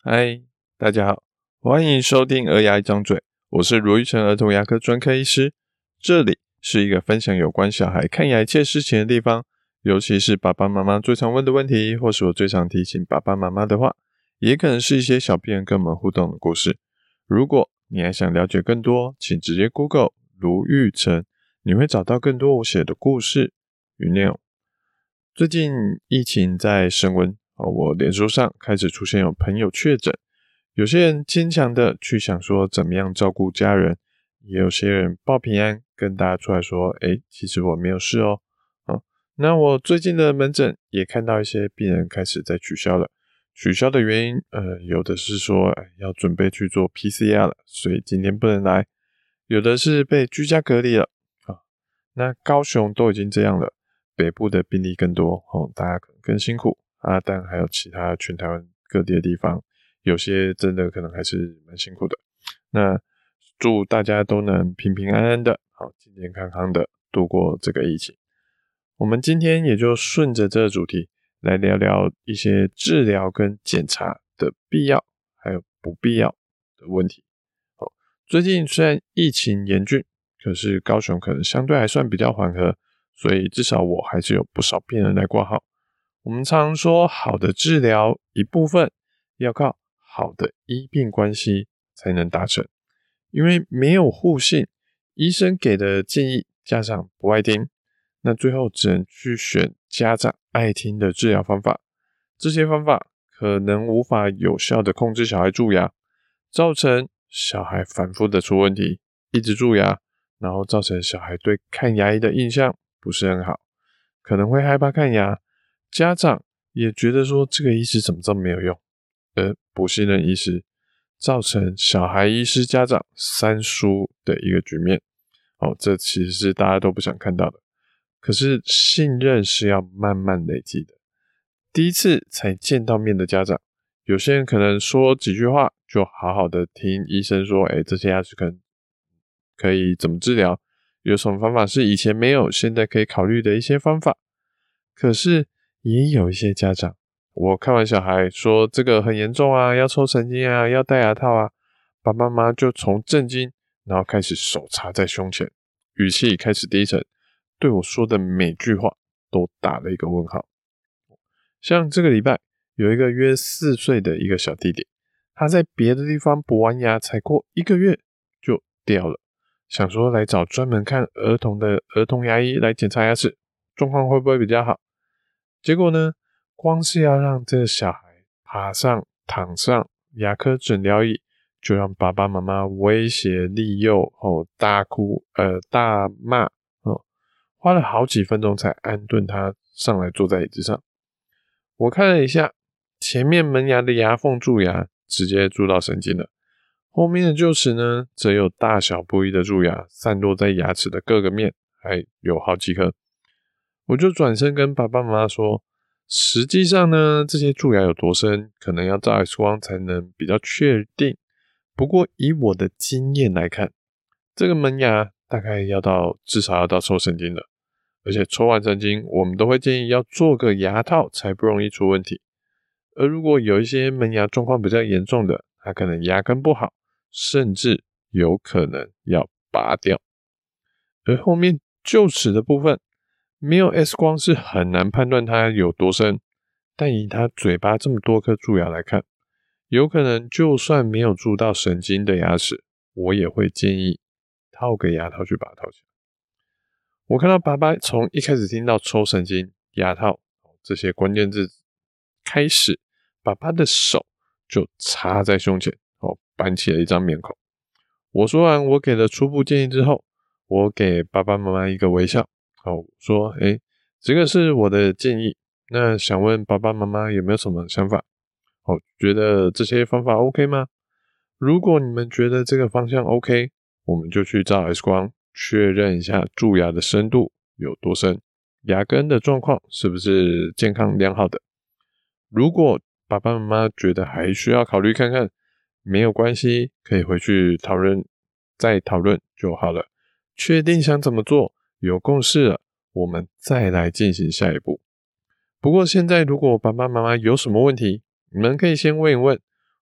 嗨，大家好，欢迎收听儿牙一张嘴，我是罗玉成儿童牙科专科医师。这里是一个分享有关小孩看牙一切事情的地方，尤其是爸爸妈妈最常问的问题，或是我最常提醒爸爸妈妈的话，也可能是一些小病人跟我们互动的故事。如果你还想了解更多，请直接 Google 卢玉成，你会找到更多我写的故事与内容。最近疫情在升温，我脸书上开始出现有朋友确诊，有些人坚强的去想说怎么样照顾家人，也有些人报平安跟大家出来说，其实我没有事哦。那我最近的门诊也看到一些病人开始在取消了，取消的原因，有的是说要准备去做 PCR 了，所以今天不能来，有的是被居家隔离了。那高雄都已经这样了，北部的病例更多，大家可能更辛苦啊，但还有其他全台湾各地的地方，有些真的可能还是蛮辛苦的。那祝大家都能平平安安的，健健康康的度过这个疫情。我们今天也就顺着这个主题来聊聊一些治疗跟检查的必要还有不必要的问题。最近虽然疫情严峻，可是高雄可能相对还算比较缓和，所以至少我还是有不少病人来挂号。我们常说好的治疗一部分要靠好的医病关系才能达成，因为没有互信，医生给的建议家长不爱听，那最后只能去选家长爱听的治疗方法，这些方法可能无法有效的控制小孩蛀牙，造成小孩反复的出问题，一直蛀牙，然后造成小孩对看牙医的印象不是很好，可能会害怕看牙，家长也觉得说这个医师怎么这么没有用，而不信任医师，造成小孩医师家长三输的一个局面。这其实是大家都不想看到的。可是信任是要慢慢累积的，第一次才见到面的家长，有些人可能说几句话就好好的听医生说，这些牙齿可以怎么治疗，有什么方法是以前没有现在可以考虑的一些方法。可是也有一些家长，我看完小孩说这个很严重啊，要抽神经啊，要戴牙套啊，爸爸妈妈就从震惊然后开始手插在胸前，语气开始低沉，对我说的每句话都打了一个问号。像这个礼拜有一个约4岁的一个小弟弟，他在别的地方补完牙才过1个月就掉了，想说来找专门看儿童的儿童牙医来检查牙齿，状况会不会比较好？结果呢，光是要让这个小孩爬上躺上牙科诊疗椅，就让爸爸妈妈威胁利诱大哭大骂花了好几分钟才安顿他上来坐在椅子上。我看了一下，前面门牙的牙缝蛀牙直接蛀到神经了，后面的臼齿呢，则有大小不一的蛀牙散落在牙齿的各个面，还有好几颗。我就转身跟爸爸妈妈说，实际上呢，这些蛀牙有多深，可能要照 X 光才能比较确定。不过以我的经验来看，这个门牙大概至少要到抽神经了。而且抽完神经，我们都会建议要做个牙套才不容易出问题。而如果有一些门牙状况比较严重的，它可能牙根不好，甚至有可能要拔掉。而后面臼齿的部分，没有 X 光是很难判断它有多深，但以它嘴巴这么多颗蛀牙来看，有可能就算没有蛀到神经的牙齿，我也会建议套个牙套去把它套起来。我看到爸爸从一开始听到抽神经、牙套这些关键字开始，爸爸的手就插在胸前，板起了一张面孔。我说完我给了初步建议之后，我给爸爸妈妈一个微笑，说这个是我的建议，那想问爸爸妈妈有没有什么想法？觉得这些方法 OK 吗？如果你们觉得这个方向 OK， 我们就去照 X 光确认一下蛀牙的深度有多深，牙根的状况是不是健康良好的。如果爸爸妈妈觉得还需要考虑看看，没有关系，可以回去再讨论就好了。确定想怎么做，有共识了，我们再来进行下一步。不过现在如果爸爸妈妈有什么问题，你们可以先问一问，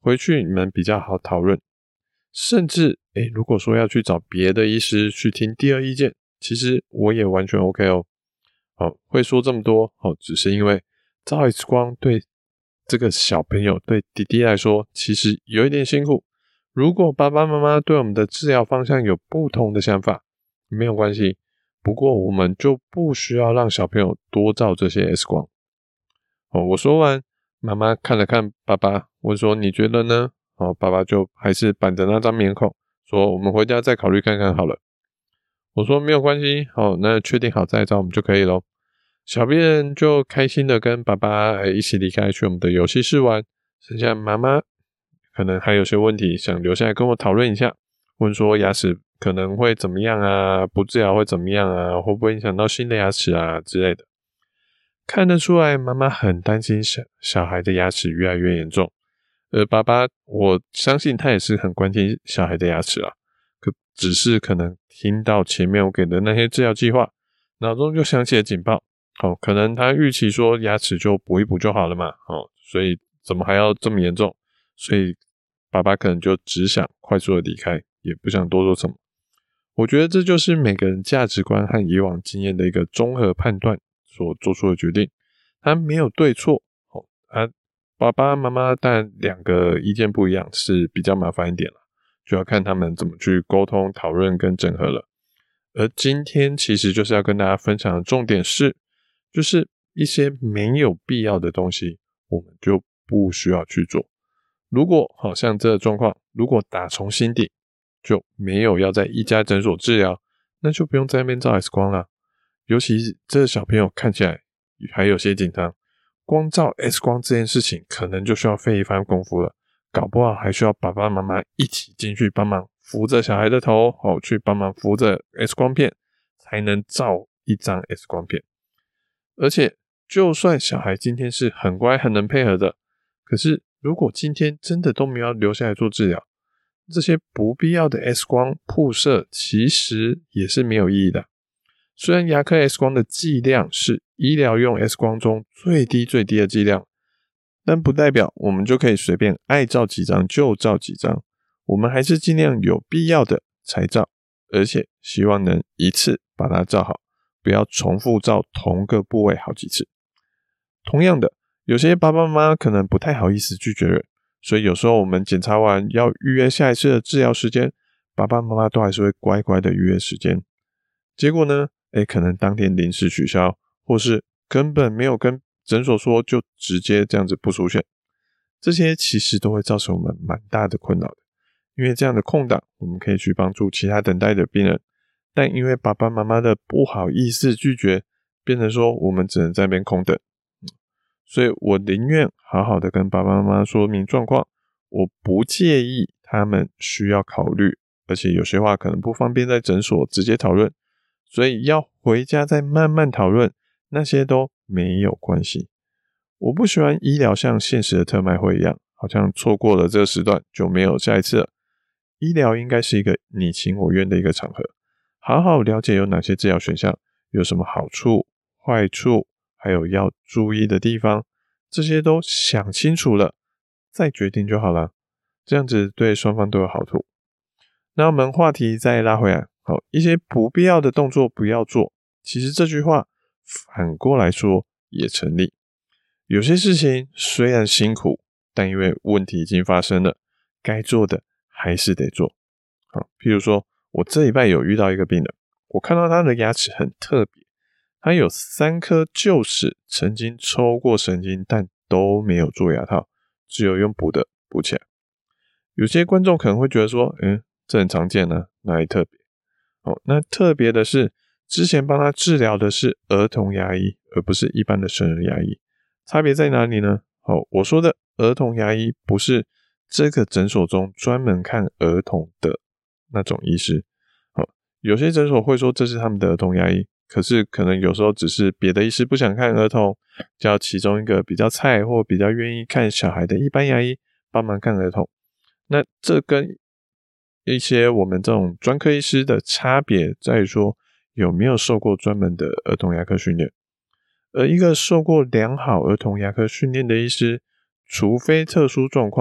回去你们比较好讨论。甚至如果说要去找别的医师去听第二意见，其实我也完全 OK 哦。会说这么多只是因为照 X 光对这个小朋友对弟弟来说其实有一点辛苦。如果爸爸妈妈对我们的治疗方向有不同的想法，没有关系，不过我们就不需要让小朋友多照这些 X 光。我说完，妈妈看了看爸爸，问说你觉得呢？爸爸就还是板着那张脸孔，说我们回家再考虑看看好了。我说没有关系，那确定好再找我们就可以咯。小编人就开心的跟爸爸一起离开去我们的游戏室玩，剩下妈妈可能还有些问题想留下来跟我讨论一下，问说牙齿可能会怎么样啊，不治疗会怎么样啊，会不会影响到新的牙齿啊之类的。看得出来妈妈很担心小孩的牙齿越来越严重，而爸爸我相信他也是很关心小孩的牙齿啊，只是可能听到前面我给的那些治疗计划，脑中就响起了警报。可能他预期说牙齿就补一补就好了嘛，所以怎么还要这么严重？所以爸爸可能就只想快速的离开，也不想多说什么。我觉得这就是每个人价值观和以往经验的一个综合判断所做出的决定，他没有对错。爸爸妈妈但两个意见不一样是比较麻烦一点了，就要看他们怎么去沟通、讨论跟整合了。而今天其实就是要跟大家分享的重点是，就是一些没有必要的东西，我们就不需要去做。如果好像这个状况，如果打从心底就没有要在一家诊所治疗，那就不用在那边照 X 光了。尤其是这个小朋友看起来还有些紧张，光照 X 光这件事情可能就需要费一番功夫了，搞不好还需要爸爸妈妈一起进去帮忙扶着小孩的头，去帮忙扶着 X 光片，才能照一张 X 光片。而且就算小孩今天是很乖很能配合的，可是如果今天真的都没有留下来做治疗，这些不必要的 X 光铺设其实也是没有意义的。虽然牙科 X 光的剂量是医疗用 X 光中最低的剂量，但不代表我们就可以随便爱照几张就照几张，我们还是尽量有必要的才照，而且希望能一次把它照好，不要重复照同个部位好几次。同样的，有些爸爸妈妈可能不太好意思拒绝人，所以有时候我们检查完要预约下一次的治疗时间，爸爸妈妈都还是会乖乖的预约时间。结果呢，可能当天临时取消，或是根本没有跟诊所说，就直接这样子不出现。这些其实都会造成我们蛮大的困扰的，因为这样的空档我们可以去帮助其他等待的病人，但因为爸爸妈妈的不好意思拒绝，变成说我们只能在那边空等。所以我宁愿好好的跟爸爸妈妈说明状况，我不介意他们需要考虑，而且有些话可能不方便在诊所直接讨论，所以要回家再慢慢讨论，那些都没有关系。我不喜欢医疗像现实的特卖会一样，好像错过了这个时段就没有下一次了。医疗应该是一个你情我愿的一个场合，好好了解有哪些治疗选项，有什么好处、坏处，还有要注意的地方，这些都想清楚了再决定就好了，这样子对双方都有好处。那我们话题再拉回来，一些不必要的动作不要做，其实这句话反过来说也成立。有些事情虽然辛苦，但因为问题已经发生了，该做的还是得做。譬如说我这礼拜有遇到一个病人，我看到他的牙齿很特别，他有3颗臼齿曾经抽过神经，但都没有做牙套，只有用补的补起来。有些观众可能会觉得说，这很常见啊，哪里特别？那特别的是，之前帮他治疗的是儿童牙医，而不是一般的成人牙医。差别在哪里呢？我说的儿童牙医不是这个诊所中专门看儿童的那种医师。有些诊所会说这是他们的儿童牙医，可是可能有时候只是别的医师不想看儿童，叫其中一个比较菜或比较愿意看小孩的一般牙医帮忙看儿童。那这跟一些我们这种专科医师的差别在于说有没有受过专门的儿童牙科训练。一个受过良好儿童牙科训练的医师，除非特殊状况，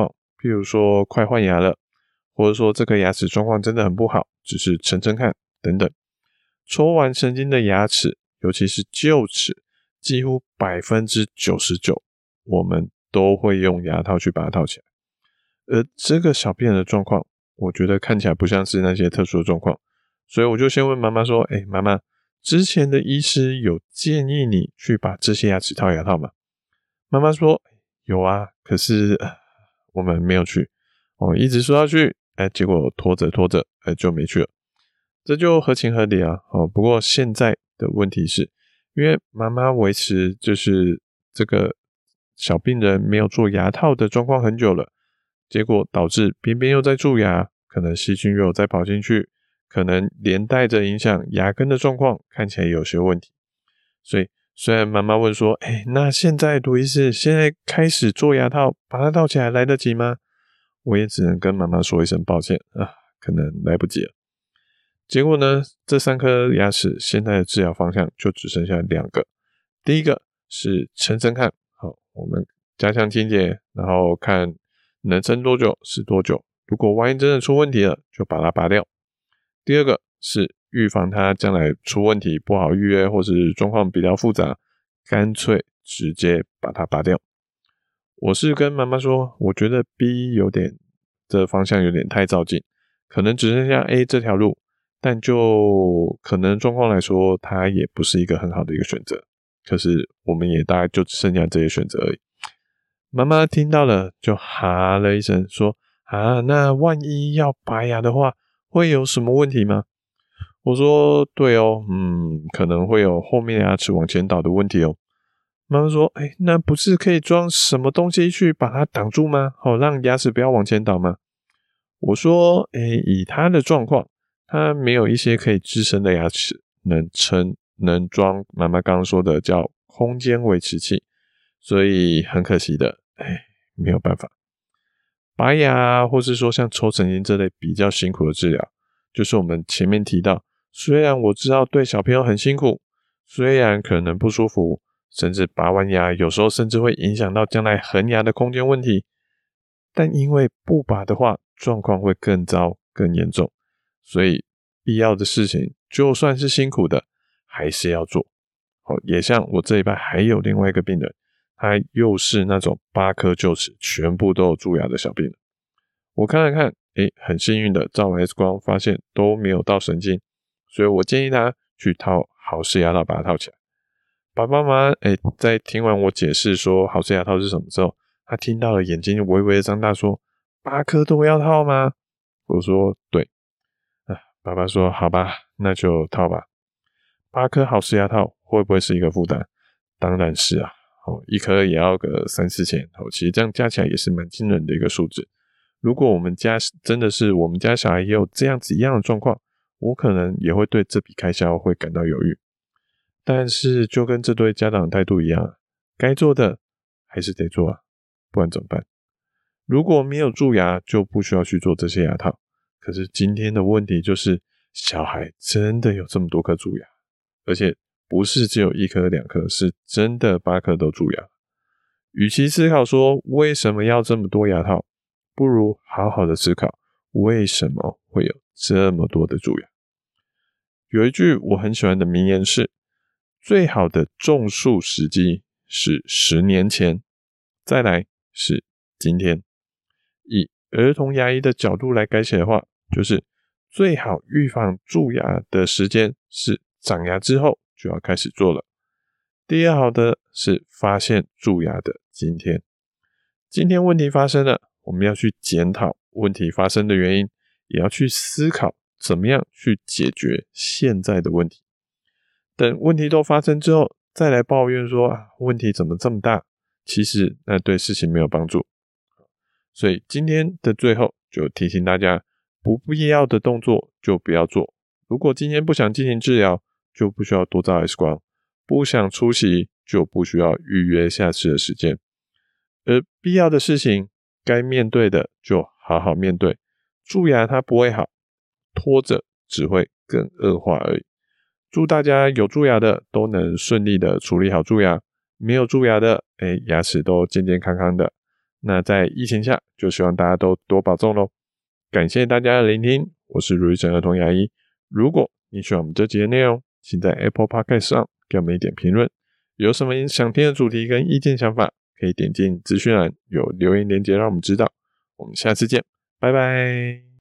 譬如说快换牙了，或者说这颗牙齿状况真的很不好，只是撑撑看等等。抽完神经的牙齿，尤其是臼齿，几乎99%我们都会用牙套去把它套起来。而这个小病人的状况，我觉得看起来不像是那些特殊的状况，所以我就先问妈妈说，妈妈，之前的医师有建议你去把这些牙齿套牙套吗？妈妈说有啊，可是我们没有去，一直说要去，结果拖着就没去了，这就合情合理啊。不过现在的问题是，因为妈妈维持就是这个小病人没有做牙套的状况很久了，结果导致边边又在蛀牙，可能细菌又有再跑进去，可能连带着影响牙根的状况，看起来有些问题。所以虽然妈妈问说，那现在卢医师现在开始做牙套，把它套起来来得及吗？我也只能跟妈妈说一声抱歉啊，可能来不及了。结果呢，这3颗牙齿现在的治疗方向就只剩下2个。第一个是撑撑看，好，我们加强清洁，然后看能撑多久是多久，如果万一真的出问题了，就把它拔掉。第二个是预防它将来出问题不好预约，或是状况比较复杂，干脆直接把它拔掉。我是跟妈妈说，我觉得 B 这方向有点太照进，可能只剩下 A 这条路，但就可能状况来说，它也不是一个很好的一个选择。可是我们也大概就只剩下这些选择而已。妈妈听到了就哈了一声，说那万一要拔牙的话，会有什么问题吗？我说对哦，可能会有后面牙齿往前倒的问题哦。妈妈说，那不是可以装什么东西去把它挡住吗？让牙齿不要往前倒吗？我说，以他的状况，他没有一些可以支撑的牙齿能装妈妈刚刚说的叫空间维持器，所以很可惜的，没有办法。拔牙或是说像抽神经这类比较辛苦的治疗，就是我们前面提到，虽然我知道对小朋友很辛苦，虽然可能不舒服，甚至拔完牙有时候甚至会影响到将来恒牙的空间问题，但因为不拔的话，状况会更糟更严重，所以必要的事情就算是辛苦的还是要做。也像我这一拜还有另外一个病人，他又是那种8颗臼齿全部都有蛀牙的小病人。我看了看，很幸运的照完 X 光发现都没有到神经，所以我建议他去套好氏牙套把它套起来。爸爸妈妈在听完我解释说好氏牙套是什么之后，他听到了眼睛微微的张大说，8颗都要套吗？我说对。爸爸说好吧，那就套吧。8颗好氏牙套会不会是一个负担？当然是啊，一颗也要个3-4千，其实这样加起来也是蛮惊人的一个数字。如果我们家真的是我们家小孩也有这样子一样的状况，我可能也会对这笔开销会感到犹豫。但是就跟这对家长的态度一样，该做的还是得做啊，不然怎么办？如果没有蛀牙，就不需要去做这些牙套。可是今天的问题就是，小孩真的有这么多颗蛀牙，而且不是只有1颗2颗，是真的8颗都蛀牙。与其思考说为什么要这么多牙套，不如好好的思考为什么会有这么多的蛀牙。有一句我很喜欢的名言是，最好的种树时机是10年前，再来是今天。以儿童牙医的角度来改写的话，就是最好预防蛀牙的时间是长牙之后就要开始做了。第二好的是发现蛀牙的今天。今天问题发生了，我们要去检讨问题发生的原因，也要去思考怎么样去解决现在的问题。等问题都发生之后，再来抱怨说问题怎么这么大，其实那对事情没有帮助。所以今天的最后就提醒大家，不必要的动作就不要做。如果今天不想进行治疗，就不需要多照 X 光，不想出席就不需要预约下次的时间。而必要的事情，该面对的就好好面对。蛀牙它不会好，拖着只会更恶化而已。祝大家有蛀牙的都能顺利的处理好蛀牙，没有蛀牙的牙齿都健健康康的。 那在疫情下，就希望大家都多保重咯。感谢大家的聆听，我是如意城儿童牙医。如果你喜欢我们这集的内容，请在 Apple Podcast 上给我们一点评论。有什么想听的主题跟意见想法，可以点进资讯栏有留言连结让我们知道。我们下次见，拜拜。